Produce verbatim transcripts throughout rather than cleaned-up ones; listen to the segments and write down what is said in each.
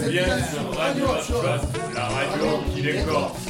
êtes bien sur Radio Archos, la radio qui décorce.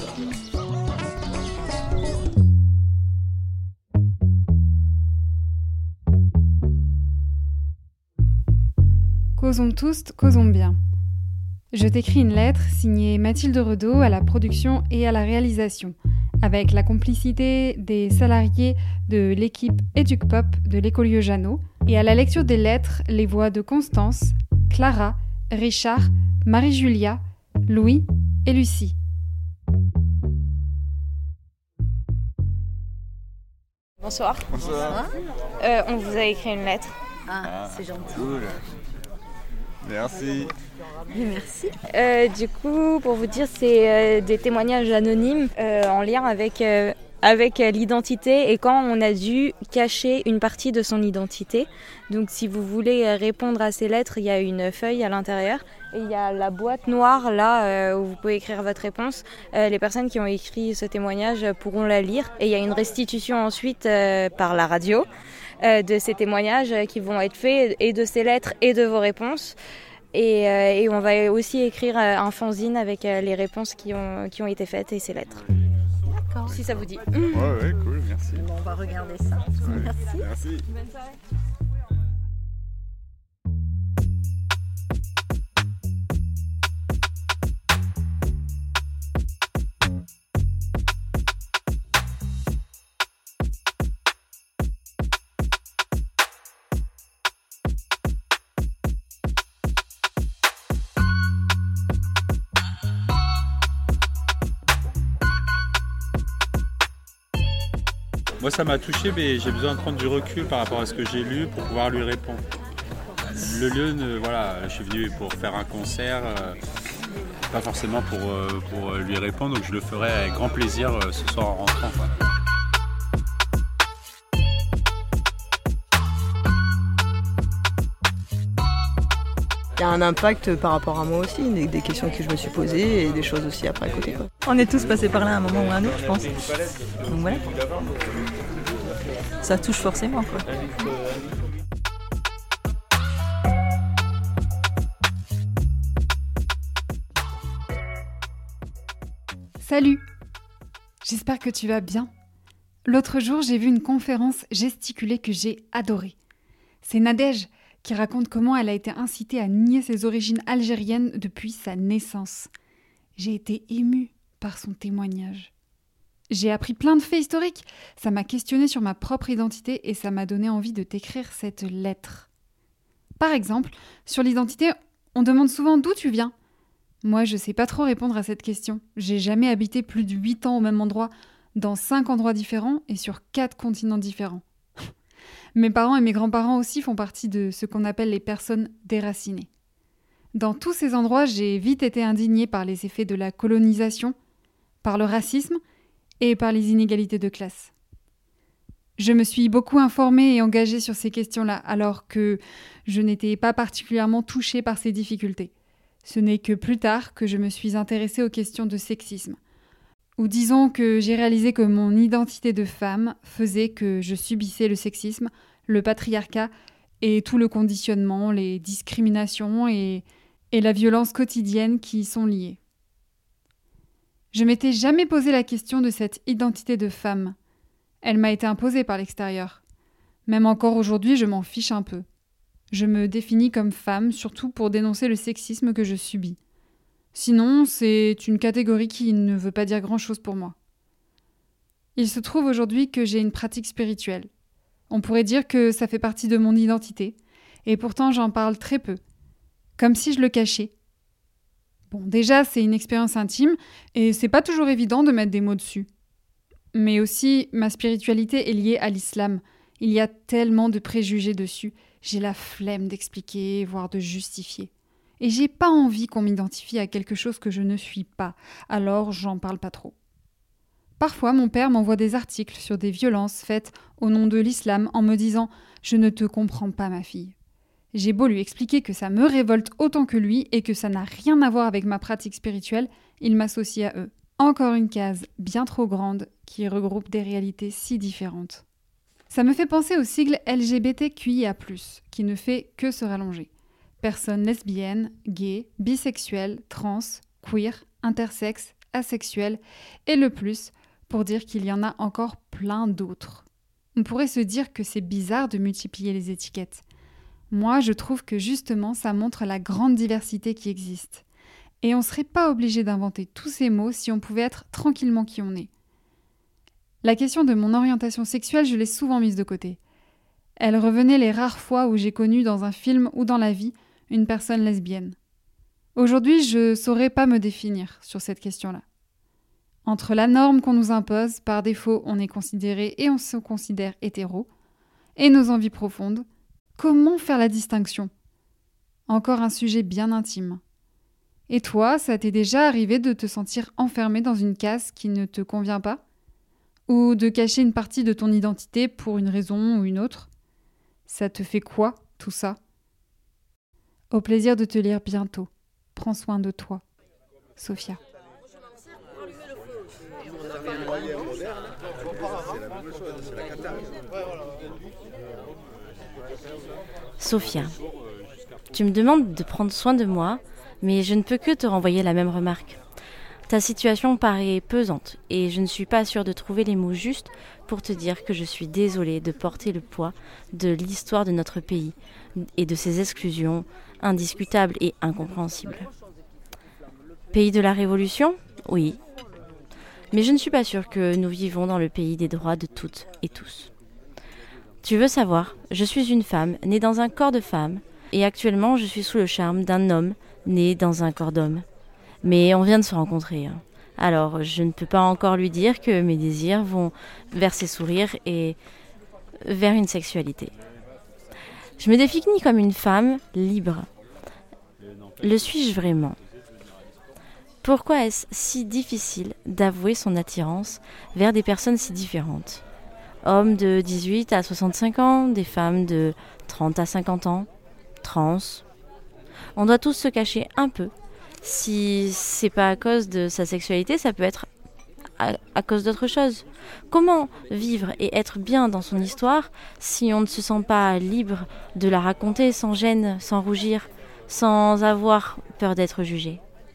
Causons tous, causons bien. Je t'écris une lettre signée Mathilde Redaud à la production et à la réalisation, avec la complicité des salariés de l'équipe EducPop de l'écolieu Jeannot, et à la lecture des lettres, les voix de Constance, Clara, Richard, Marie-Julia, Louis et Lucie. Bonsoir. Bonsoir. Euh, on vous a écrit une lettre. Ah, Ah, c'est gentil. Cool. Merci. Mais merci. Euh, du coup, pour vous dire, c'est euh, des témoignages anonymes euh, en lien avec, euh, avec euh, l'identité et quand on a dû cacher une partie de son identité. Donc si vous voulez euh, répondre à ces lettres, il y a une feuille à l'intérieur et il y a la boîte noire là euh, où vous pouvez écrire votre réponse. Euh, les personnes qui ont écrit ce témoignage pourront la lire et il y a une restitution ensuite euh, par la radio euh, de ces témoignages qui vont être faits et de ces lettres et de vos réponses. Et, euh, et on va aussi écrire un fanzine avec euh, les réponses qui ont, qui ont été faites et ces lettres. D'accord. Si ça vous dit. Ouais, ouais, cool, merci. Bon, on va regarder ça. Ouais, Merci. Merci. Bonne soirée. Moi, ça m'a touché, mais j'ai besoin de prendre du recul par rapport à ce que j'ai lu pour pouvoir lui répondre. Le lieu, ne, voilà, je suis venu pour faire un concert, euh, pas forcément pour, euh, pour lui répondre, donc je le ferai avec grand plaisir euh, ce soir en rentrant, quoi. Il y a un impact par rapport à moi aussi, des, des questions que je me suis posées et des choses aussi après à côté, quoi. On est tous passés par là à un moment ou à un autre, je pense. Donc voilà. Ça touche forcément, quoi. Salut! J'espère que tu vas bien. L'autre jour, j'ai vu une conférence gesticulée que j'ai adorée. C'est Nadège qui raconte comment elle a été incitée à nier ses origines algériennes depuis sa naissance. J'ai été émue par son témoignage. J'ai appris plein de faits historiques, ça m'a questionnée sur ma propre identité et ça m'a donné envie de t'écrire cette lettre. Par exemple, sur l'identité, on demande souvent d'où tu viens. Moi, je sais pas trop répondre à cette question. J'ai jamais habité plus de huit ans au même endroit, dans cinq endroits différents et sur quatre continents différents. Mes parents et mes grands-parents aussi font partie de ce qu'on appelle les personnes déracinées. Dans tous ces endroits, j'ai vite été indignée par les effets de la colonisation, par le racisme et par les inégalités de classe. Je me suis beaucoup informée et engagée sur ces questions-là, alors que je n'étais pas particulièrement touchée par ces difficultés. Ce n'est que plus tard que je me suis intéressée aux questions de sexisme. Ou disons que j'ai réalisé que mon identité de femme faisait que je subissais le sexisme, le patriarcat et tout le conditionnement, les discriminations et, et la violence quotidienne qui y sont liées. Je m'étais jamais posé la question de cette identité de femme. Elle m'a été imposée par l'extérieur. Même encore aujourd'hui, je m'en fiche un peu. Je me définis comme femme, surtout pour dénoncer le sexisme que je subis. Sinon, c'est une catégorie qui ne veut pas dire grand-chose pour moi. Il se trouve aujourd'hui que j'ai une pratique spirituelle. On pourrait dire que ça fait partie de mon identité, et pourtant j'en parle très peu, comme si je le cachais. Bon, déjà, c'est une expérience intime, et c'est pas toujours évident de mettre des mots dessus. Mais aussi, ma spiritualité est liée à l'islam. Il y a tellement de préjugés dessus, j'ai la flemme d'expliquer, voire de justifier. Et j'ai pas envie qu'on m'identifie à quelque chose que je ne suis pas, alors j'en parle pas trop. Parfois, mon père m'envoie des articles sur des violences faites au nom de l'islam en me disant « Je ne te comprends pas, ma fille ». J'ai beau lui expliquer que ça me révolte autant que lui et que ça n'a rien à voir avec ma pratique spirituelle, il m'associe à eux. Encore une case bien trop grande qui regroupe des réalités si différentes. Ça me fait penser au sigle L G B T Q I A plus, qui ne fait que se rallonger. personnes lesbiennes, gays, bisexuelles, trans, queer, intersexes, asexuels et le plus pour dire qu'il y en a encore plein d'autres. On pourrait se dire que c'est bizarre de multiplier les étiquettes. Moi, je trouve que justement, ça montre la grande diversité qui existe. Et on ne serait pas obligé d'inventer tous ces mots si on pouvait être tranquillement qui on est. La question de mon orientation sexuelle, je l'ai souvent mise de côté. Elle revenait les rares fois où j'ai connu dans un film ou dans la vie une personne lesbienne. Aujourd'hui, je ne saurais pas me définir sur cette question-là. Entre la norme qu'on nous impose, par défaut on est considéré et on se considère hétéro, et nos envies profondes, comment faire la distinction ? Encore un sujet bien intime. Et toi, ça t'est déjà arrivé de te sentir enfermé dans une case qui ne te convient pas ? Ou de cacher une partie de ton identité pour une raison ou une autre ? Ça te fait quoi, tout ça ? Au plaisir de te lire bientôt. Prends soin de toi. Sophia. Sophia, tu me demandes de prendre soin de moi, mais je ne peux que te renvoyer la même remarque. Ta situation paraît pesante et je ne suis pas sûre de trouver les mots justes pour te dire que je suis désolée de porter le poids de l'histoire de notre pays et de ses exclusions indiscutables et incompréhensibles. Pays de la Révolution ? Oui. Mais je ne suis pas sûre que nous vivons dans le pays des droits de toutes et tous. Tu veux savoir, je suis une femme née dans un corps de femme et actuellement je suis sous le charme d'un homme né dans un corps d'homme. Mais on vient de se rencontrer. Alors, je ne peux pas encore lui dire que mes désirs vont vers ses sourires et vers une sexualité. Je me définis comme une femme libre. Le suis-je vraiment ? Pourquoi est-ce si difficile d'avouer son attirance vers des personnes si différentes ? Hommes de dix-huit à soixante-cinq ans, des femmes de trente à cinquante ans, trans. On doit tous se cacher un peu. Si c'est pas à cause de sa sexualité, ça peut être à, à cause d'autre chose. Comment vivre et être bien dans son histoire si on ne se sent pas libre de la raconter sans gêne, sans rougir, sans avoir peur d'être jugé ?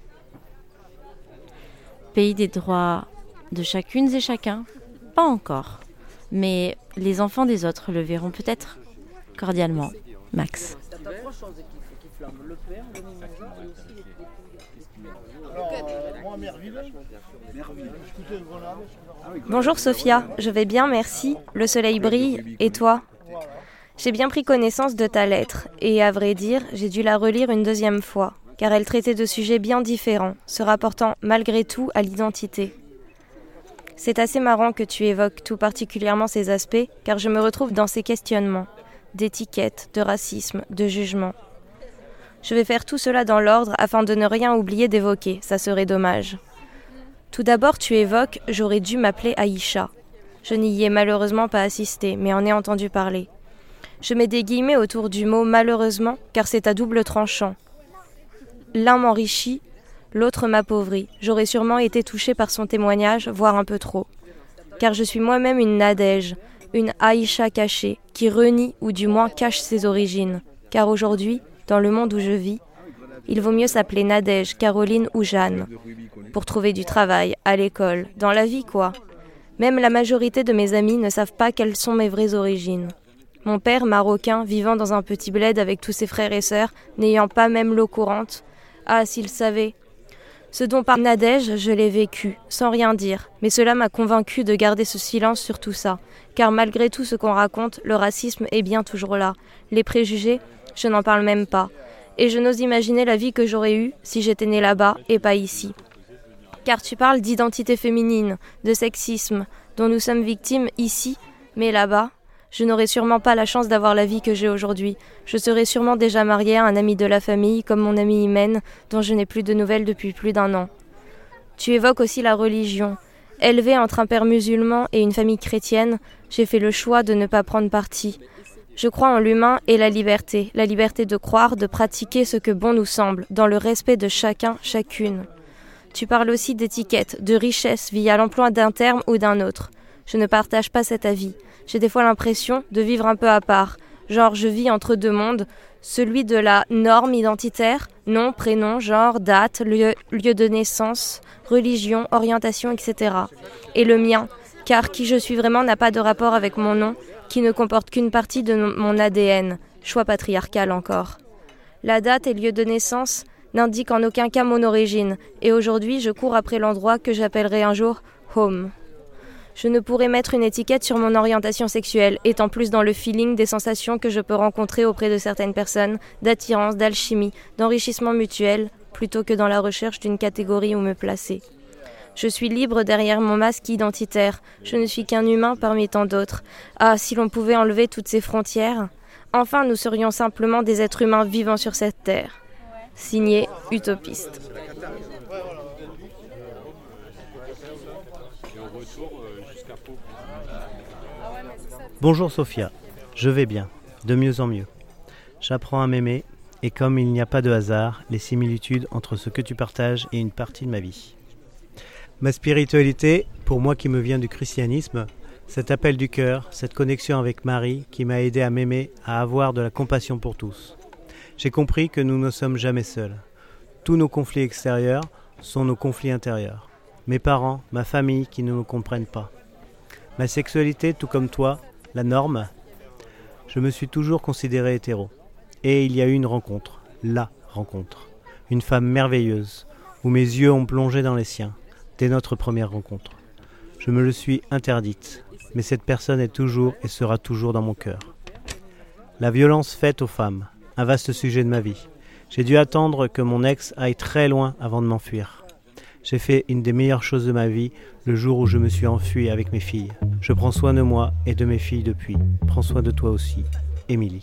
Pays des droits de chacune et chacun ? Pas encore. Mais les enfants des autres le verront peut-être. Cordialement, Max. Bonjour Sophia, je vais bien, merci. Le soleil brille, et toi ? J'ai bien pris connaissance de ta lettre, et à vrai dire, j'ai dû la relire une deuxième fois, car elle traitait de sujets bien différents, se rapportant malgré tout à l'identité. C'est assez marrant que tu évoques tout particulièrement ces aspects, car je me retrouve dans ces questionnements, d'étiquette, de racisme, de jugement. Je vais faire tout cela dans l'ordre afin de ne rien oublier d'évoquer, ça serait dommage. Tout d'abord, tu évoques « j'aurais dû m'appeler Aïcha ». Je n'y ai malheureusement pas assisté, mais en ai entendu parler. Je mets des guillemets autour du mot « malheureusement » car c'est à double tranchant. L'un m'enrichit, l'autre m'appauvrit. J'aurais sûrement été touchée par son témoignage, voire un peu trop. Car je suis moi-même une Nadège, une Aïcha cachée, qui renie ou du moins cache ses origines. Car aujourd'hui, dans le monde où je vis, il vaut mieux s'appeler Nadège, Caroline ou Jeanne. Pour trouver du travail, à l'école, dans la vie quoi. Même la majorité de mes amis ne savent pas quelles sont mes vraies origines. Mon père, marocain, vivant dans un petit bled avec tous ses frères et sœurs, n'ayant pas même l'eau courante. Ah, s'il savait. Ce dont par Nadège, je l'ai vécu, sans rien dire. Mais cela m'a convaincu de garder ce silence sur tout ça. Car malgré tout ce qu'on raconte, le racisme est bien toujours là. Les préjugés, je n'en parle même pas. Et je n'ose imaginer la vie que j'aurais eue si j'étais née là-bas et pas ici. Car tu parles d'identité féminine, de sexisme, dont nous sommes victimes ici, mais là-bas, je n'aurais sûrement pas la chance d'avoir la vie que j'ai aujourd'hui. Je serais sûrement déjà mariée à un ami de la famille, comme mon ami Imen, dont je n'ai plus de nouvelles depuis plus d'un an. Tu évoques aussi la religion. Élevée entre un père musulman et une famille chrétienne, j'ai fait le choix de ne pas prendre parti. Je crois en l'humain et la liberté, la liberté de croire, de pratiquer ce que bon nous semble, dans le respect de chacun, chacune. Tu parles aussi d'étiquette, de richesse via l'emploi d'un terme ou d'un autre. Je ne partage pas cet avis. J'ai des fois l'impression de vivre un peu à part, Genre, je vis entre deux mondes, celui de la norme identitaire, nom, prénom, genre, date, lieu, lieu de naissance, religion, orientation, et cetera. Et le mien, car qui je suis vraiment n'a pas de rapport avec mon nom, qui ne comporte qu'une partie de mon A D N, choix patriarcal encore. La date et lieu de naissance n'indiquent en aucun cas mon origine, et aujourd'hui je cours après l'endroit que j'appellerai un jour « home ». Je ne pourrais mettre une étiquette sur mon orientation sexuelle, étant plus dans le feeling des sensations que je peux rencontrer auprès de certaines personnes, d'attirance, d'alchimie, d'enrichissement mutuel, plutôt que dans la recherche d'une catégorie où me placer. Je suis libre derrière mon masque identitaire, je ne suis qu'un humain parmi tant d'autres. Ah, si l'on pouvait enlever toutes ces frontières, enfin nous serions simplement des êtres humains vivant sur cette terre. Signé Utopiste. Bonjour Sophia, je vais bien, de mieux en mieux. J'apprends à m'aimer, et comme il n'y a pas de hasard, les similitudes entre ce que tu partages et une partie de ma vie. Ma spiritualité, pour moi qui me vient du christianisme, cet appel du cœur, cette connexion avec Marie qui m'a aidé à m'aimer, à avoir de la compassion pour tous. J'ai compris que nous ne sommes jamais seuls. Tous nos conflits extérieurs sont nos conflits intérieurs. Mes parents, ma famille qui ne nous comprennent pas. Ma sexualité, tout comme toi, la norme, je me suis toujours considéré hétéro. Et il y a eu une rencontre, la rencontre. Une femme merveilleuse, où mes yeux ont plongé dans les siens, dès notre première rencontre. Je me le suis interdite, mais cette personne est toujours et sera toujours dans mon cœur. La violence faite aux femmes, un vaste sujet de ma vie. J'ai dû attendre que mon ex aille très loin avant de m'enfuir. J'ai fait une des meilleures choses de ma vie le jour où je me suis enfui avec mes filles. Je prends soin de moi et de mes filles depuis. Prends soin de toi aussi, Émilie.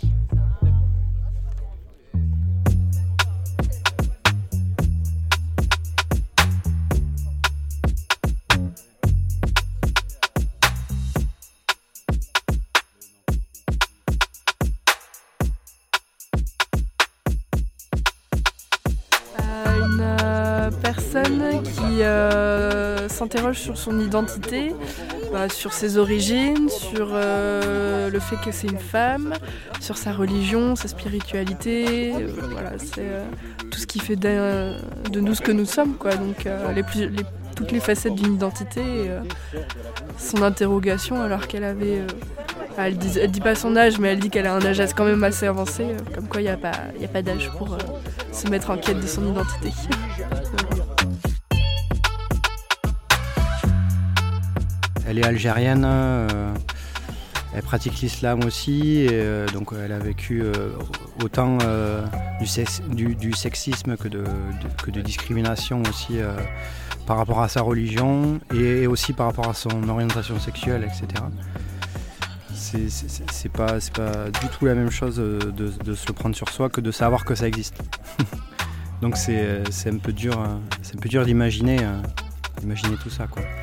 Qui euh, s'interroge sur son identité, bah, sur ses origines, sur euh, le fait que c'est une femme, sur sa religion, sa spiritualité, euh, voilà, c'est euh, tout ce qui fait de, de nous ce que nous sommes, quoi. Donc euh, les plus, les, toutes les facettes d'une identité, euh, son interrogation alors qu'elle avait, euh, elle dit, elle dit pas son âge, mais elle dit qu'elle a un âge quand même assez avancé, euh, comme quoi il n'y a pas, il y a pas d'âge pour euh, se mettre en quête de son identité. Elle est algérienne, euh, elle pratique l'islam aussi, et, euh, donc elle a vécu euh, autant euh, du, sex, du, du sexisme que de, de, que de discrimination aussi euh, par rapport à sa religion et aussi par rapport à son orientation sexuelle, et cetera. C'est, c'est, c'est, pas, c'est pas du tout la même chose de, de se le prendre sur soi que de savoir que ça existe. Donc c'est, c'est, un peu dur, c'est un peu dur d'imaginer, d'imaginer tout ça, quoi.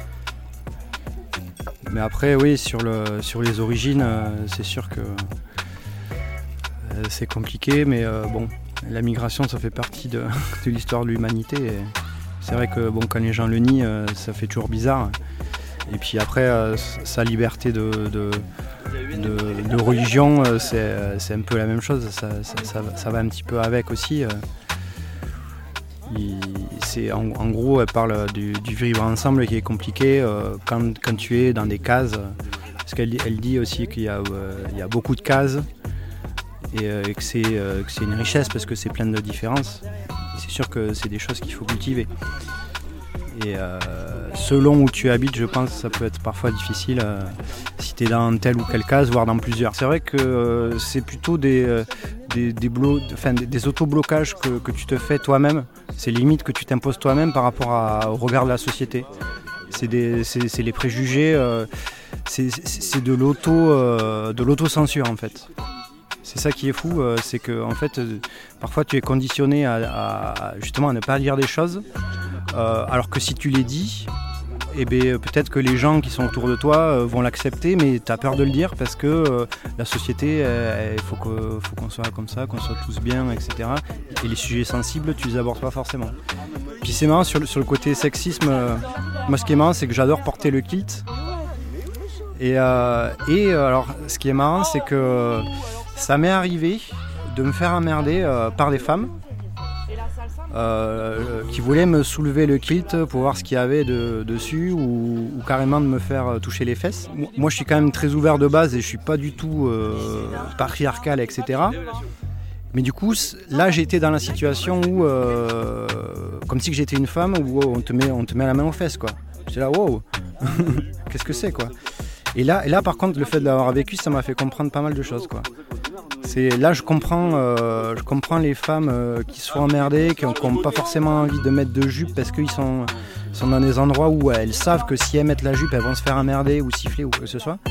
Mais après, oui, sur, le, sur les origines, euh, c'est sûr que euh, c'est compliqué, mais euh, bon, la migration, ça fait partie de, de l'histoire de l'humanité. Et c'est vrai que bon, quand les gens le nient, euh, ça fait toujours bizarre. Et puis après, euh, sa liberté de, de, de, de religion, euh, c'est, c'est un peu la même chose, ça, ça, ça, ça va un petit peu avec aussi. Euh. Il, c'est, en, en gros, elle parle du, du vivre ensemble qui est compliqué euh, quand, quand tu es dans des cases. Parce qu'elle elle dit aussi qu'il y a, euh, il y a beaucoup de cases et, euh, et que, c'est, euh, que c'est une richesse parce que c'est plein de différences. Et c'est sûr que c'est des choses qu'il faut cultiver. Et euh, selon où tu habites, je pense que ça peut être parfois difficile euh, si tu es dans telle ou telle case, voire dans plusieurs. C'est vrai que euh, c'est plutôt des, euh, des, des, blo- enfin, des, des auto-blocages que, que tu te fais toi-même. C'est limite que tu t'imposes toi-même par rapport à, au regard de la société. C'est, des, c'est, c'est les préjugés, euh, c'est, c'est, c'est de, l'auto, euh, de l'autocensure en fait. C'est ça qui est fou, euh, c'est que en fait, euh, parfois tu es conditionné à, à, justement à ne pas dire des choses, euh, alors que si tu les dis, eh bien, peut-être que les gens qui sont autour de toi euh, vont l'accepter, mais tu as peur de le dire parce que euh, la société, il faut, que, faut qu'on soit comme ça, qu'on soit tous bien, et cetera. Et les sujets sensibles, tu les abordes pas forcément. Puis c'est marrant, sur le, sur le côté sexisme, euh, moi ce qui est marrant, c'est que j'adore porter le kilt. Et, euh, et alors, ce qui est marrant, c'est que Ça m'est arrivé de me faire emmerder euh, par des femmes euh, qui voulaient me soulever le kilt pour voir ce qu'il y avait de, dessus ou, ou carrément de me faire toucher les fesses. Moi je suis quand même très ouvert de base et je suis pas du tout euh, patriarcal, et cetera. Mais du coup, là j'étais dans la situation où, euh, comme si j'étais une femme, où on te met, on te met la main aux fesses, quoi. J'étais là, wow, qu'est-ce que c'est, quoi. Et là, et là, par contre, le fait de l'avoir vécu, ça m'a fait comprendre pas mal de choses, quoi. C'est, là, je comprends, euh, je comprends les femmes euh, qui se font emmerder, qui n'ont pas forcément envie de mettre de jupe parce qu'ils sont, sont dans des endroits où elles savent que si elles mettent la jupe, elles vont se faire emmerder ou siffler ou quoi que ce soit.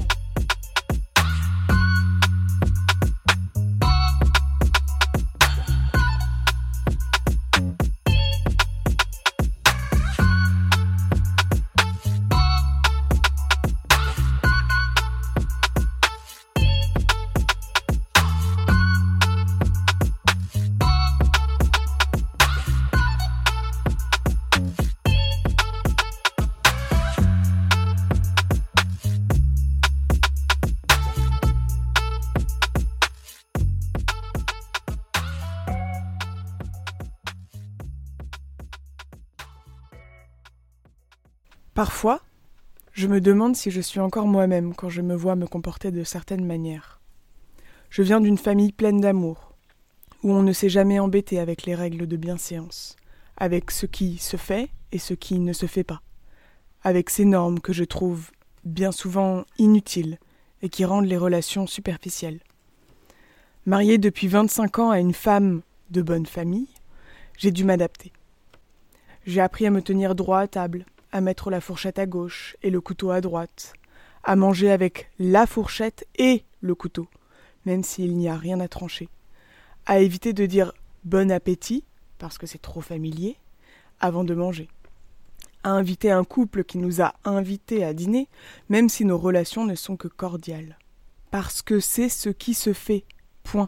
Parfois, je me demande si je suis encore moi-même quand je me vois me comporter de certaines manières. Je viens d'une famille pleine d'amour, où on ne s'est jamais embêté avec les règles de bienséance, avec ce qui se fait et ce qui ne se fait pas, avec ces normes que je trouve bien souvent inutiles et qui rendent les relations superficielles. Mariée depuis vingt-cinq ans à une femme de bonne famille, j'ai dû m'adapter. J'ai appris à me tenir droit à table, à mettre la fourchette à gauche et le couteau à droite, à manger avec la fourchette et le couteau, même s'il n'y a rien à trancher, à éviter de dire « bon appétit » parce que c'est trop familier, avant de manger, à inviter un couple qui nous a invités à dîner, même si nos relations ne sont que cordiales, parce que c'est ce qui se fait, point.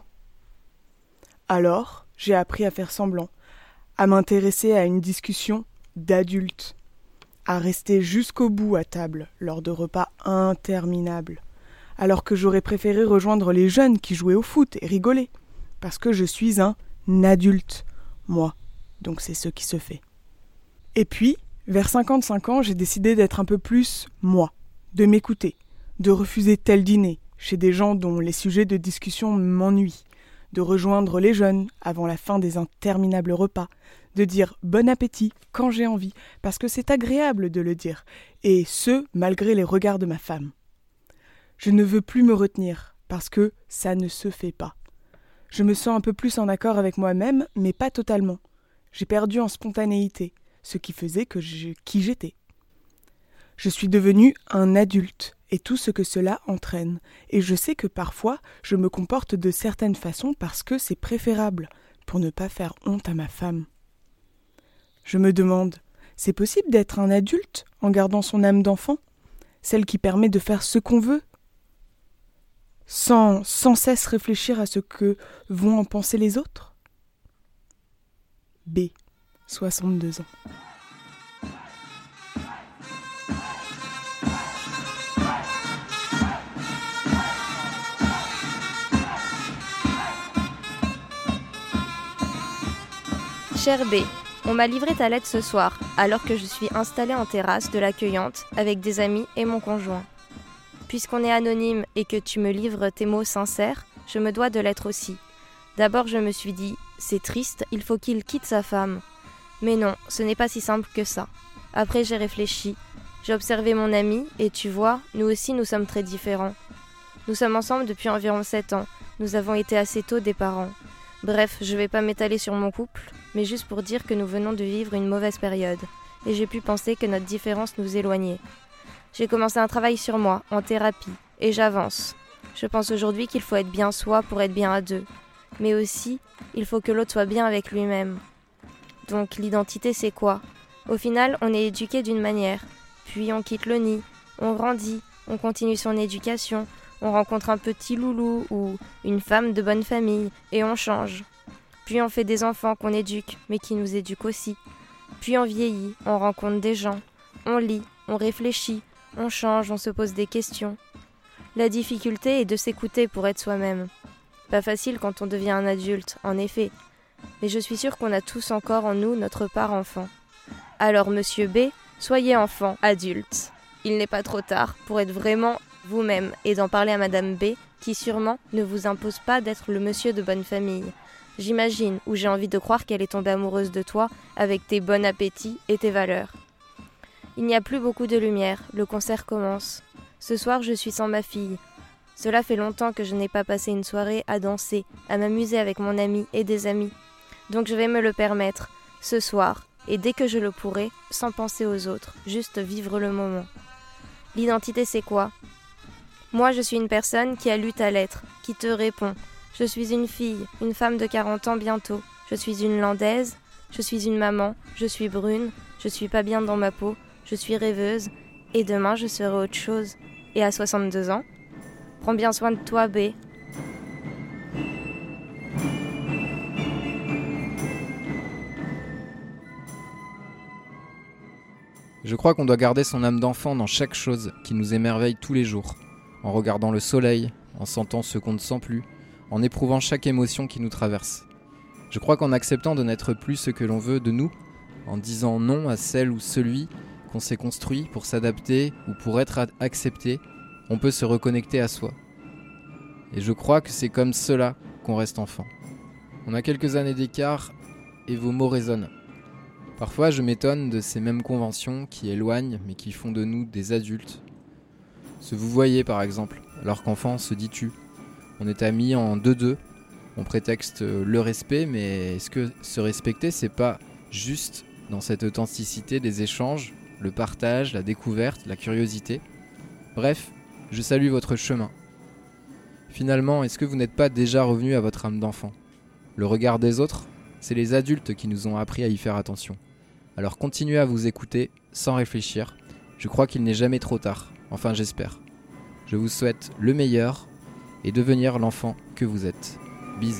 Alors, j'ai appris à faire semblant, à m'intéresser à une discussion d'adultes, à rester jusqu'au bout à table lors de repas interminables, alors que j'aurais préféré rejoindre les jeunes qui jouaient au foot et rigoler, parce que je suis un adulte, moi, donc c'est ce qui se fait. Et puis, vers cinquante-cinq ans, j'ai décidé d'être un peu plus moi, de m'écouter, de refuser tel dîner chez des gens dont les sujets de discussion m'ennuient, de rejoindre les jeunes avant la fin des interminables repas, de dire « bon appétit » quand j'ai envie, parce que c'est agréable de le dire, et ce, malgré les regards de ma femme. Je ne veux plus me retenir, parce que ça ne se fait pas. Je me sens un peu plus en accord avec moi-même, mais pas totalement. J'ai perdu en spontanéité, ce qui faisait que je, qui j'étais. Je suis devenue un adulte, et tout ce que cela entraîne, et je sais que parfois, je me comporte de certaines façons parce que c'est préférable, pour ne pas faire honte à ma femme. Je me demande, c'est possible d'être un adulte en gardant son âme d'enfant, celle qui permet de faire ce qu'on veut, sans sans cesse réfléchir à ce que vont en penser les autres? B, soixante-deux ans. Cher B, on m'a livré ta lettre ce soir, alors que je suis installée en terrasse de l'accueillante avec des amis et mon conjoint. Puisqu'on est anonyme et que tu me livres tes mots sincères, je me dois de l'être aussi. D'abord je me suis dit, c'est triste, il faut qu'il quitte sa femme. Mais non, ce n'est pas si simple que ça. Après j'ai réfléchi, j'ai observé mon ami et tu vois, nous aussi nous sommes très différents. Nous sommes ensemble depuis environ sept ans, nous avons été assez tôt des parents. Bref, je vais pas m'étaler sur mon couple, mais juste pour dire que nous venons de vivre une mauvaise période, et j'ai pu penser que notre différence nous éloignait. J'ai commencé un travail sur moi, en thérapie, et j'avance. Je pense aujourd'hui qu'il faut être bien soi pour être bien à deux, mais aussi, il faut que l'autre soit bien avec lui-même. Donc l'identité c'est quoi? Au final, on est éduqué d'une manière, puis on quitte le nid, on grandit, on continue son éducation, on rencontre un petit loulou ou une femme de bonne famille et on change. Puis on fait des enfants qu'on éduque, mais qui nous éduquent aussi. Puis on vieillit, on rencontre des gens, on lit, on réfléchit, on change, on se pose des questions. La difficulté est de s'écouter pour être soi-même. Pas facile quand on devient un adulte, en effet. Mais je suis sûre qu'on a tous encore en nous notre part enfant. Alors, monsieur B, soyez enfant, adulte. Il n'est pas trop tard pour être vraiment vous-même et d'en parler à madame B, qui sûrement ne vous impose pas d'être le monsieur de bonne famille. J'imagine, ou j'ai envie de croire qu'elle est tombée amoureuse de toi avec tes bons appétits et tes valeurs. Il n'y a plus beaucoup de lumière, le concert commence. Ce soir, je suis sans ma fille. Cela fait longtemps que je n'ai pas passé une soirée à danser, à m'amuser avec mon ami et des amis. Donc je vais me le permettre, ce soir, et dès que je le pourrai, sans penser aux autres, juste vivre le moment. L'identité, c'est quoi ? Moi, je suis une personne qui a lu ta lettre, qui te répond. Je suis une fille, une femme de quarante ans bientôt. Je suis une landaise, je suis une maman, je suis brune, je suis pas bien dans ma peau, je suis rêveuse, et demain je serai autre chose. Et à soixante-deux ans, prends bien soin de toi, B. Je crois qu'on doit garder son âme d'enfant dans chaque chose qui nous émerveille tous les jours, en regardant le soleil, en sentant ce qu'on ne sent plus, en éprouvant chaque émotion qui nous traverse. Je crois qu'en acceptant de n'être plus ce que l'on veut de nous, en disant non à celle ou celui qu'on s'est construit pour s'adapter ou pour être accepté, on peut se reconnecter à soi. Et je crois que c'est comme cela qu'on reste enfant. On a quelques années d'écart et vos mots résonnent. Parfois, je m'étonne de ces mêmes conventions qui éloignent mais qui font de nous des adultes. Ce vous voyez par exemple, alors qu'enfant on se dit tu. On est amis en deux-deux, on prétexte le respect, mais est-ce que se respecter c'est pas juste dans cette authenticité des échanges, le partage, la découverte, la curiosité ? Bref, je salue votre chemin. Finalement, est-ce que vous n'êtes pas déjà revenu à votre âme d'enfant ? Le regard des autres, c'est les adultes qui nous ont appris à y faire attention. Alors continuez à vous écouter sans réfléchir. Je crois qu'il n'est jamais trop tard. Enfin, j'espère. Je vous souhaite le meilleur et devenir l'enfant que vous êtes. Bisous.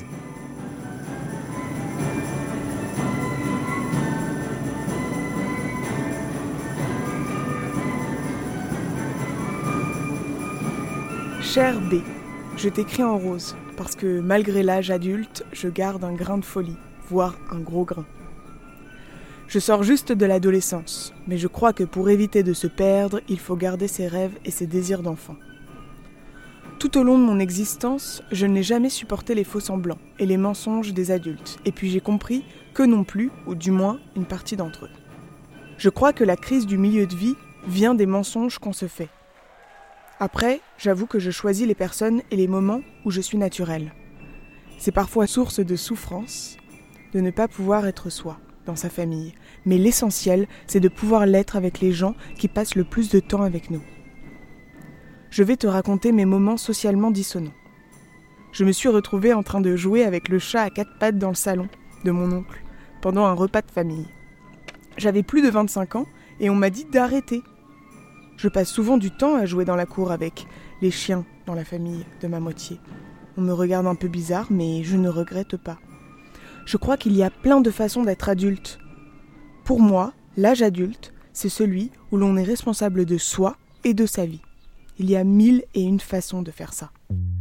Cher B, je t'écris en rose, parce que malgré l'âge adulte, je garde un grain de folie, voire un gros grain. Je sors juste de l'adolescence, mais je crois que pour éviter de se perdre, il faut garder ses rêves et ses désirs d'enfant. Tout au long de mon existence, je n'ai jamais supporté les faux-semblants et les mensonges des adultes, et puis j'ai compris que non plus, ou du moins une partie d'entre eux. Je crois que la crise du milieu de vie vient des mensonges qu'on se fait. Après, j'avoue que je choisis les personnes et les moments où je suis naturelle. C'est parfois source de souffrance de ne pas pouvoir être soi dans sa famille, mais l'essentiel, c'est de pouvoir l'être avec les gens qui passent le plus de temps avec nous. Je vais te raconter mes moments socialement dissonants. Je me suis retrouvée en train de jouer avec le chat à quatre pattes dans le salon de mon oncle, pendant un repas de famille. J'avais plus de vingt-cinq ans et on m'a dit d'arrêter. Je passe souvent du temps à jouer dans la cour avec les chiens dans la famille de ma moitié. On me regarde un peu bizarre, mais je ne regrette pas. Je crois qu'il y a plein de façons d'être adulte. Pour moi, l'âge adulte, c'est celui où l'on est responsable de soi et de sa vie. Il y a mille et une façons de faire ça.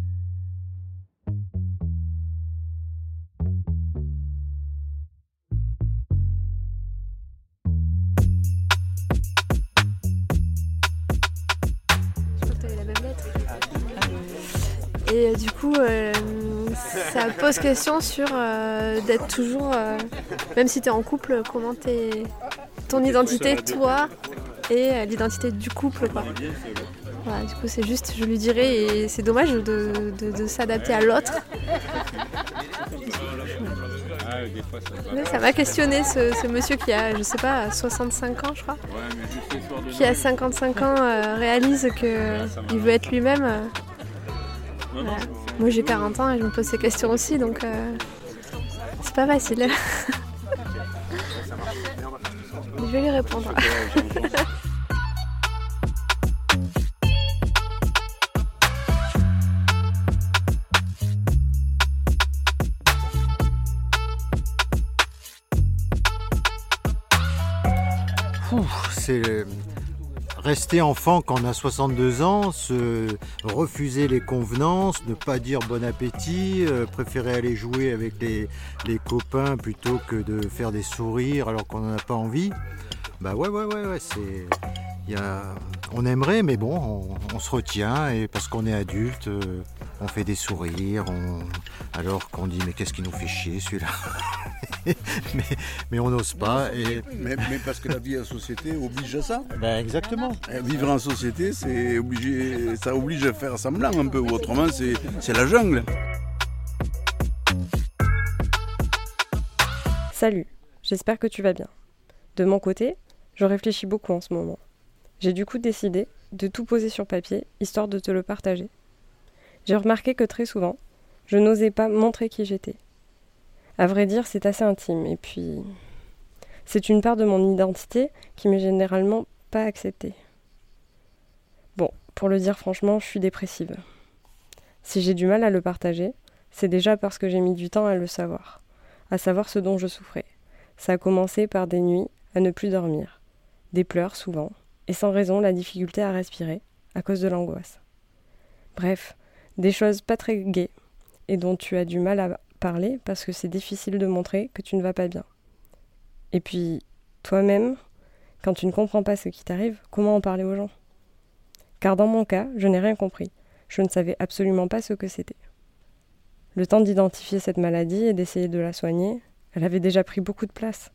Et euh, du coup, euh, ça pose question sur euh, d'être toujours, euh, même si tu es en couple, comment t'es, ton identité, toi, et euh, l'identité du couple, quoi. Voilà, du coup, c'est juste, je lui dirais, et c'est dommage de, de, de s'adapter à l'autre. Mais ça m'a questionné, ce, ce monsieur qui a, je sais pas, soixante-cinq ans, je crois, qui à cinquante-cinq ans euh, réalise qu'il veut être lui-même. Euh, Voilà. Moi j'ai quarante ans et je me pose ces questions aussi, donc euh, c'est pas facile. Je vais lui répondre. Ouh, c'est rester enfant quand on a soixante-deux ans, se refuser les convenances, ne pas dire bon appétit, euh, préférer aller jouer avec les, les copains plutôt que de faire des sourires alors qu'on n'en a pas envie. Bah ouais, ouais, ouais, ouais, c'est... Y a... On aimerait, mais bon, on, on se retient, et parce qu'on est adulte, euh, on fait des sourires, on... alors qu'on dit mais qu'est-ce qui nous fait chier celui-là. mais, mais on n'ose pas. Et... Mais, mais parce que la vie en société oblige à ça. Ben exactement. Vivre en société, c'est obligé, ça oblige à faire semblant un peu, ou autrement c'est, c'est la jungle. Salut, j'espère que tu vas bien. De mon côté, je réfléchis beaucoup en ce moment. J'ai du coup décidé de tout poser sur papier, histoire de te le partager. J'ai remarqué que très souvent, je n'osais pas montrer qui j'étais. À vrai dire, c'est assez intime, et puis... c'est une part de mon identité qui m'est généralement pas acceptée. Bon, pour le dire franchement, je suis dépressive. Si j'ai du mal à le partager, c'est déjà parce que j'ai mis du temps à le savoir, à savoir ce dont je souffrais. Ça a commencé par des nuits à ne plus dormir, des pleurs souvent, et sans raison la difficulté à respirer, à cause de l'angoisse. Bref, des choses pas très gaies, et dont tu as du mal à parler parce que c'est difficile de montrer que tu ne vas pas bien. Et puis, toi-même, quand tu ne comprends pas ce qui t'arrive, comment en parler aux gens ? Car dans mon cas, je n'ai rien compris. Je ne savais absolument pas ce que c'était. Le temps d'identifier cette maladie et d'essayer de la soigner, elle avait déjà pris beaucoup de place.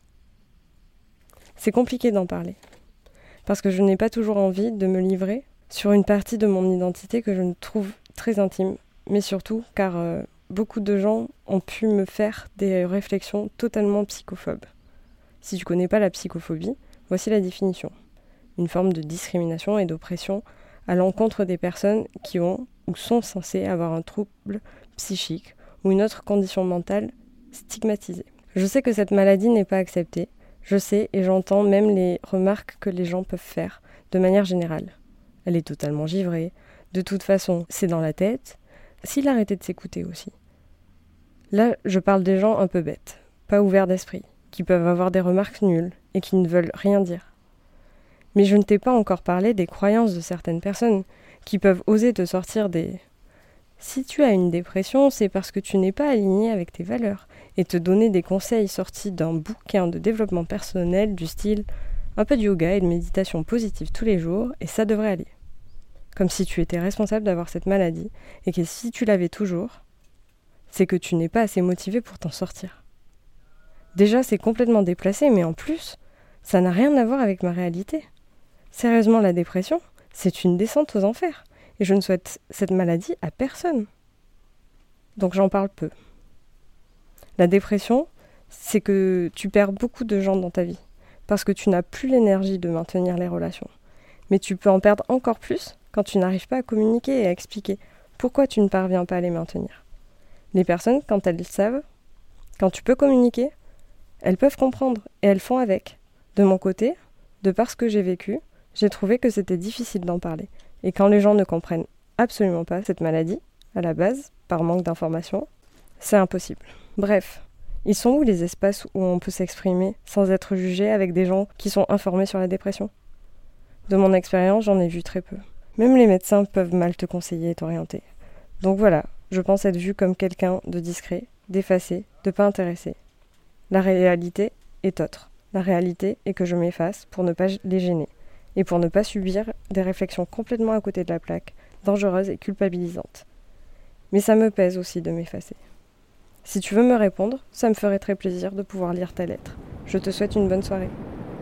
C'est compliqué d'en parler, parce que je n'ai pas toujours envie de me livrer sur une partie de mon identité que je ne trouve très intime, mais surtout car euh, beaucoup de gens ont pu me faire des réflexions totalement psychophobes. Si tu connais pas la psychophobie, voici la définition. Une forme de discrimination et d'oppression à l'encontre des personnes qui ont ou sont censées avoir un trouble psychique ou une autre condition mentale stigmatisée. Je sais que cette maladie n'est pas acceptée, je sais et j'entends même les remarques que les gens peuvent faire de manière générale. Elle est totalement givrée, de toute façon c'est dans la tête, s'il arrêtait de s'écouter aussi. Là, je parle des gens un peu bêtes, pas ouverts d'esprit, qui peuvent avoir des remarques nulles et qui ne veulent rien dire. Mais je ne t'ai pas encore parlé des croyances de certaines personnes qui peuvent oser te sortir des... Si tu as une dépression, c'est parce que tu n'es pas aligné avec tes valeurs et te donner des conseils sortis d'un bouquin de développement personnel du style un peu de yoga et de méditation positive tous les jours et ça devrait aller. Comme si tu étais responsable d'avoir cette maladie et que si tu l'avais toujours, c'est que tu n'es pas assez motivé pour t'en sortir. Déjà, c'est complètement déplacé, mais en plus, ça n'a rien à voir avec ma réalité. Sérieusement, la dépression, c'est une descente aux enfers. Et je ne souhaite cette maladie à personne. Donc j'en parle peu. La dépression, c'est que tu perds beaucoup de gens dans ta vie. Parce que tu n'as plus l'énergie de maintenir les relations. Mais tu peux en perdre encore plus quand tu n'arrives pas à communiquer et à expliquer pourquoi tu ne parviens pas à les maintenir. Les personnes, quand elles savent, quand tu peux communiquer, elles peuvent comprendre et elles font avec. De mon côté, de par ce que j'ai vécu, j'ai trouvé que c'était difficile d'en parler. Et quand les gens ne comprennent absolument pas cette maladie, à la base, par manque d'informations, c'est impossible. Bref, ils sont où les espaces où on peut s'exprimer sans être jugé avec des gens qui sont informés sur la dépression ? De mon expérience, j'en ai vu très peu. Même les médecins peuvent mal te conseiller et t'orienter. Donc voilà, je pense être vue comme quelqu'un de discret, d'effacé, de pas intéressé. La réalité est autre. La réalité est que je m'efface pour ne pas les gêner. Et pour ne pas subir des réflexions complètement à côté de la plaque, dangereuses et culpabilisantes. Mais ça me pèse aussi de m'effacer. Si tu veux me répondre, ça me ferait très plaisir de pouvoir lire ta lettre. Je te souhaite une bonne soirée.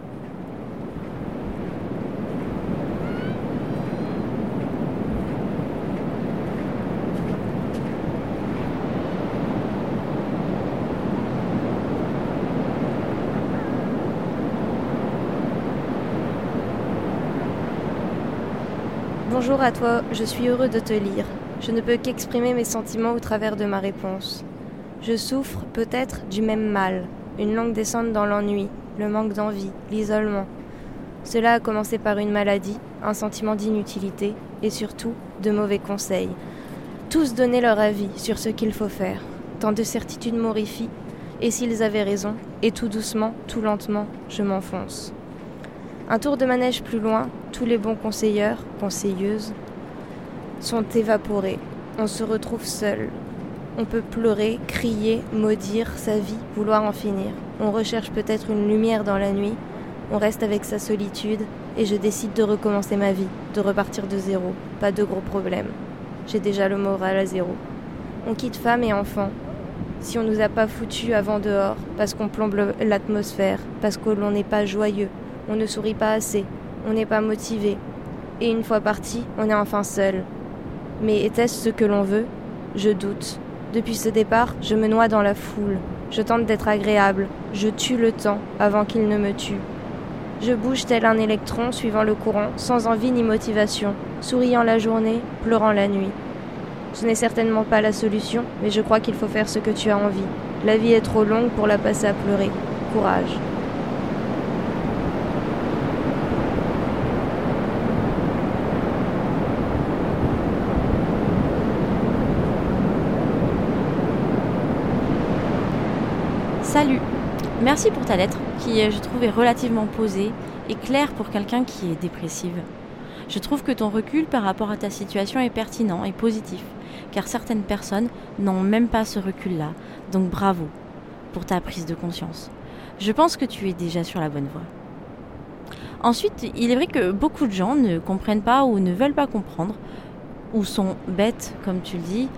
Bonjour à toi, je suis heureux de te lire. Je ne peux qu'exprimer mes sentiments au travers de ma réponse. Je souffre peut-être du même mal, une longue descente dans l'ennui, le manque d'envie, l'isolement. Cela a commencé par une maladie, un sentiment d'inutilité et surtout de mauvais conseils. Tous donnaient leur avis sur ce qu'il faut faire. Tant de certitudes m'horrifient, et s'ils avaient raison, et tout doucement, tout lentement, je m'enfonce. Un tour de manège plus loin, tous les bons conseilleurs, conseilleuses, sont évaporés. On se retrouve seul. On peut pleurer, crier, maudire sa vie, vouloir en finir. On recherche peut-être une lumière dans la nuit. On reste avec sa solitude et je décide de recommencer ma vie, de repartir de zéro. Pas de gros problèmes. J'ai déjà le moral à zéro. On quitte femme et enfants. Si on nous a pas foutus avant dehors, parce qu'on plombe l'atmosphère, parce que l'on n'est pas joyeux, on ne sourit pas assez, on n'est pas motivé. Et une fois parti, on est enfin seul. Mais était-ce ce que l'on veut ? Je doute. Depuis ce départ, je me noie dans la foule. Je tente d'être agréable. Je tue le temps avant qu'il ne me tue. Je bouge tel un électron suivant le courant, sans envie ni motivation, souriant la journée, pleurant la nuit. Ce n'est certainement pas la solution, mais je crois qu'il faut faire ce que tu as envie. La vie est trop longue pour la passer à pleurer. Courage. Salut. Merci pour ta lettre, qui je trouve est relativement posée et claire pour quelqu'un qui est dépressive. Je trouve que ton recul par rapport à ta situation est pertinent et positif, car certaines personnes n'ont même pas ce recul-là, donc bravo pour ta prise de conscience. Je pense que tu es déjà sur la bonne voie. Ensuite, il est vrai que beaucoup de gens ne comprennent pas ou ne veulent pas comprendre, ou sont bêtes, comme tu le dis,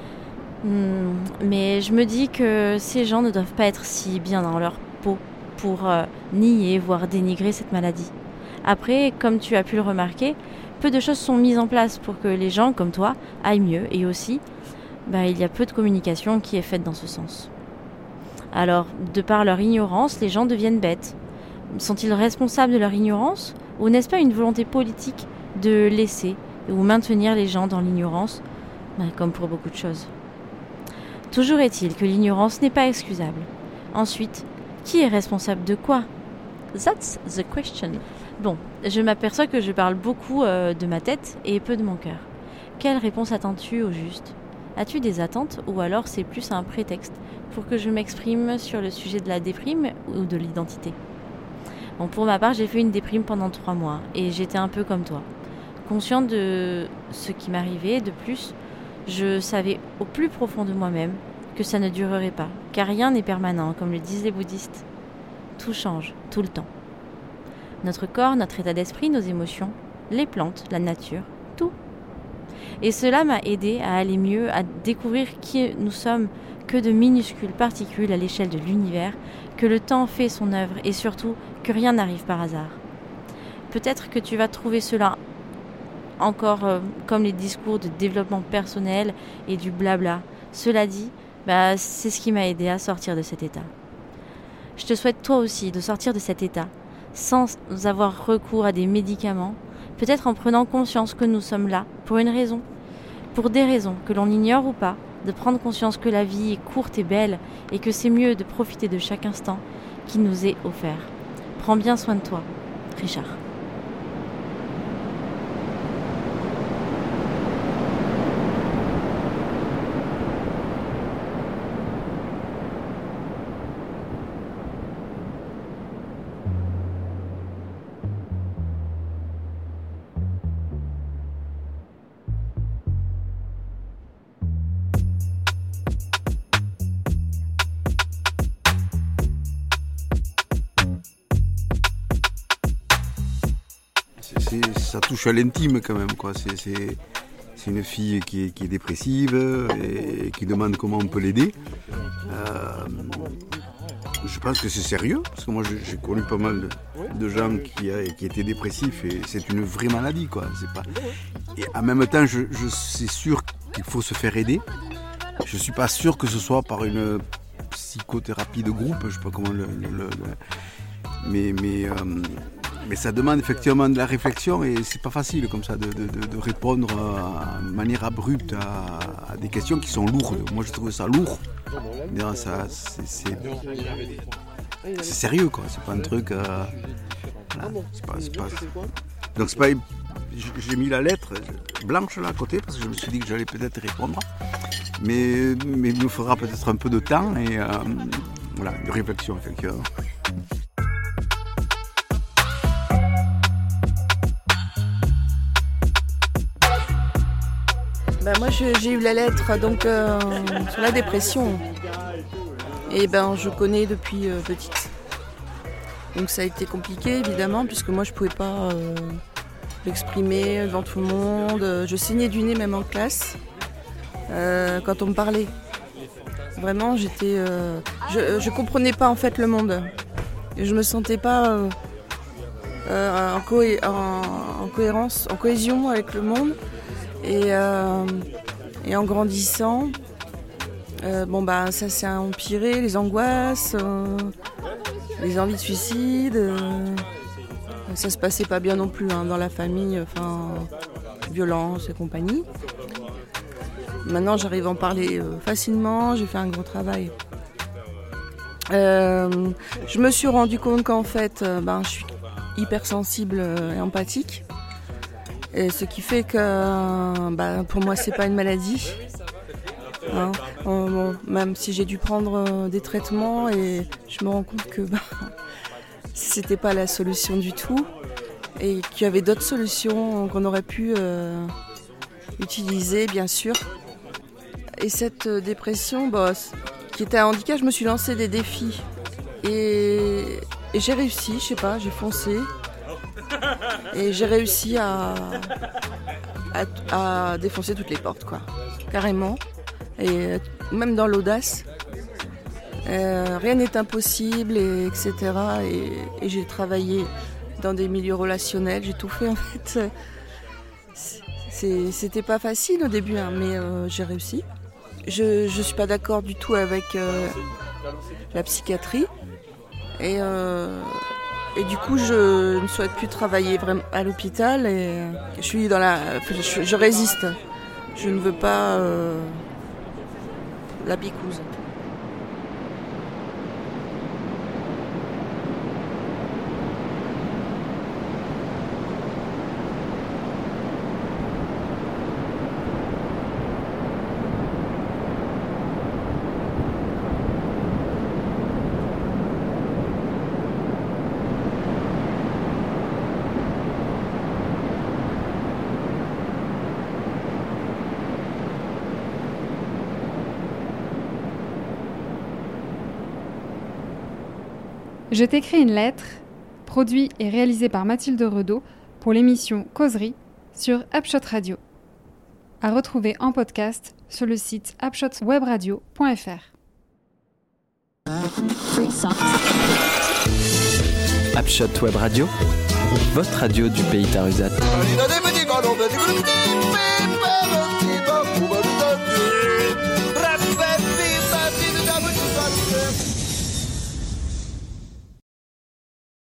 mais je me dis que ces gens ne doivent pas être si bien dans leur peau pour euh, nier, voire dénigrer cette maladie. Après, comme tu as pu le remarquer, peu de choses sont mises en place pour que les gens comme toi aillent mieux, et aussi, bah, il y a peu de communication qui est faite dans ce sens. Alors, de par leur ignorance, les gens deviennent bêtes. Sont-ils responsables de leur ignorance, ou n'est-ce pas une volonté politique de laisser ou maintenir les gens dans l'ignorance, bah, comme pour beaucoup de choses. Toujours est-il que l'ignorance n'est pas excusable. Ensuite, qui est responsable de quoi ? That's the question. Bon, je m'aperçois que je parle beaucoup euh, de ma tête et peu de mon cœur. Quelle réponse attends-tu au juste ? As-tu des attentes ou alors c'est plus un prétexte pour que je m'exprime sur le sujet de la déprime ou de l'identité ? Bon, pour ma part, j'ai fait une déprime pendant trois mois et j'étais un peu comme toi. Consciente de ce qui m'arrivait, de plus, je savais au plus profond de moi-même que ça ne durerait pas, car rien n'est permanent, comme le disent les bouddhistes. Tout change, tout le temps. Notre corps, notre état d'esprit, nos émotions, les plantes, la nature, tout. Et cela m'a aidé à aller mieux, à découvrir qui nous sommes, que de minuscules particules à l'échelle de l'univers, que le temps fait son œuvre et surtout que rien n'arrive par hasard. Peut-être que tu vas trouver cela encore euh, comme les discours de développement personnel et du blabla. Cela dit, bah, c'est ce qui m'a aidé à sortir de cet état. Je te souhaite toi aussi de sortir de cet état, sans avoir recours à des médicaments, peut-être en prenant conscience que nous sommes là pour une raison, pour des raisons que l'on ignore ou pas, de prendre conscience que la vie est courte et belle et que c'est mieux de profiter de chaque instant qui nous est offert. Prends bien soin de toi, Richard. Ça touche à l'intime quand même, quoi. C'est, c'est, c'est une fille qui est, qui est dépressive et qui demande comment on peut l'aider. Euh, je pense que c'est sérieux, parce que moi j'ai, j'ai connu pas mal de, de gens qui, a, qui étaient dépressifs et c'est une vraie maladie, quoi. C'est pas... Et en même temps, je, je, c'est sûr qu'il faut se faire aider. Je suis pas sûr que ce soit par une psychothérapie de groupe, je sais pas comment le... le, le, le... Mais... mais euh, Mais ça demande effectivement de la réflexion et c'est pas facile comme ça de, de, de répondre de manière abrupte à, à des questions qui sont lourdes. Moi je trouve ça lourd. Ça, c'est, c'est, c'est sérieux quoi, c'est pas un truc. Euh, voilà, c'est pas, c'est pas, donc c'est pas. J'ai mis la lettre blanche là à côté parce que je me suis dit que j'allais peut-être répondre. Mais, mais il me faudra peut-être un peu de temps et euh, voilà, une réflexion effectivement. Ben moi je, j'ai eu la lettre donc euh, sur la dépression. Et ben je connais depuis euh, petite. Donc ça a été compliqué évidemment puisque moi je pouvais pas euh, l'exprimer devant tout le monde. Je saignais du nez même en classe euh, quand on me parlait. Vraiment j'étais, euh, je, je comprenais pas en fait le monde. Et je me sentais pas euh, euh, en, cohé- en, en cohérence, en cohésion avec le monde. Et, euh, et en grandissant, euh, bon bah ça s'est empiré, les angoisses, euh, les envies de suicide. Euh, ça se passait pas bien non plus hein, dans la famille, enfin violence et compagnie. Maintenant j'arrive à en parler euh, facilement, j'ai fait un gros travail. Euh, je me suis rendu compte qu'en fait, euh, ben, je suis hypersensible et empathique. Et ce qui fait que euh, bah, pour moi c'est pas une maladie. Hein. Euh, bon, même si j'ai dû prendre euh, des traitements et je me rends compte que bah, c'était pas la solution du tout et qu'il y avait d'autres solutions qu'on aurait pu euh, utiliser bien sûr. Et cette euh, dépression bah, qui était un handicap, je me suis lancé des défis et, et j'ai réussi, je sais pas, j'ai foncé. Et j'ai réussi à, à, à défoncer toutes les portes, quoi, carrément. Et même dans l'audace, euh, rien n'est impossible, et, etc. Et, et j'ai travaillé dans des milieux relationnels, j'ai tout fait en fait. C'est, c'était pas facile au début, hein, mais euh, j'ai réussi. Je, je suis pas d'accord du tout avec euh, la psychiatrie. Et euh, Et du coup, je ne souhaite plus travailler vraiment à l'hôpital et je suis dans la, je, je résiste. Je ne veux pas euh, la picouse. Je t'écris une lettre, produit et réalisé par Mathilde Redaud pour l'émission Causerie sur Upshot Radio. À retrouver en podcast sur le site upshot web radio point f r. Upshot Web Radio, votre radio du pays Tarusat.